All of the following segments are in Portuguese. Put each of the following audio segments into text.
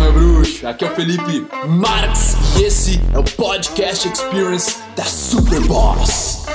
meu bruxo, aqui é o Felipe Marques e esse é o Podcast Experience da Superboss.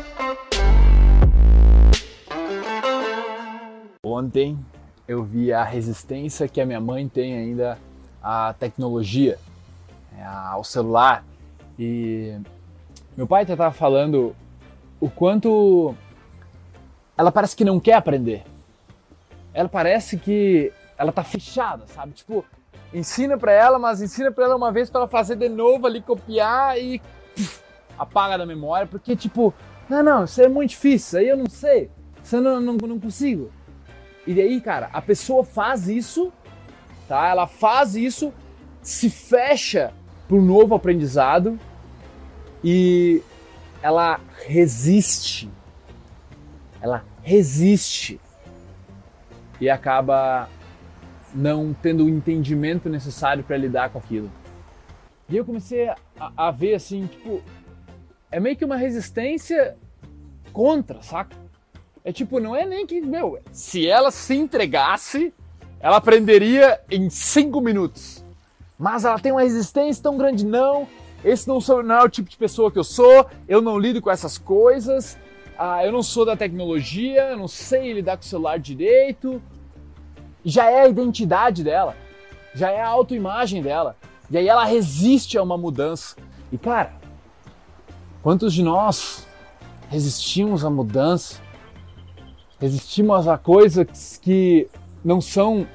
Ontem eu vi a resistência que a minha mãe tem ainda à tecnologia, ao celular, e meu pai estava falando o quanto ela parece que não quer aprender. Ela parece que ela tá fechada, sabe? Tipo, ensina pra ela, mas ensina pra ela uma vez pra ela fazer de novo ali, copiar e apaga da memória, porque tipo, não, isso é muito difícil, isso aí eu não sei, isso eu não consigo. E daí, cara, a pessoa faz isso, tá? Ela faz isso, se fecha pro novo aprendizado e ela resiste. Ela resiste e acaba não tendo o entendimento necessário para lidar com aquilo. E eu comecei a ver assim, tipo, é meio que uma resistência contra, saca? É tipo, não é nem que, se ela se entregasse, ela aprenderia em 5 minutos. Mas ela tem uma resistência tão grande, não, esse não é o tipo de pessoa que eu sou, eu não lido com essas coisas, eu não sou da tecnologia, eu não sei lidar com o celular direito. Já é a identidade dela, já é a autoimagem dela, e aí ela resiste a uma mudança. E cara, quantos de nós resistimos à mudança, resistimos a coisas que não são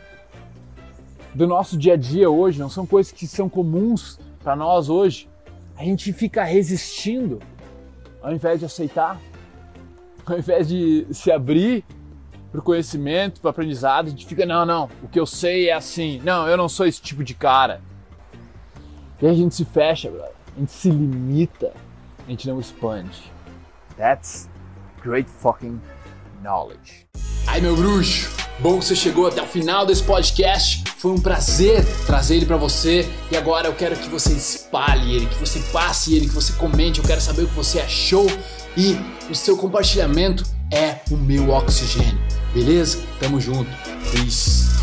do nosso dia a dia hoje, não são coisas que são comuns para nós hoje, a gente fica resistindo ao invés de aceitar, ao invés de se abrir para o conhecimento, para o aprendizado. A gente fica, não, o que eu sei é assim, não, eu não sou esse tipo de cara. E aí a gente se fecha, brother. A gente se limita, a gente não expande. That's great fucking knowledge. Ai, meu bruxo, bom que você chegou até o final desse podcast. Foi um prazer trazer ele pra você e agora eu quero que você espalhe ele, que você passe ele, que você comente, eu quero saber o que você achou e o seu compartilhamento é o meu oxigênio. Beleza? Tamo junto. Peace.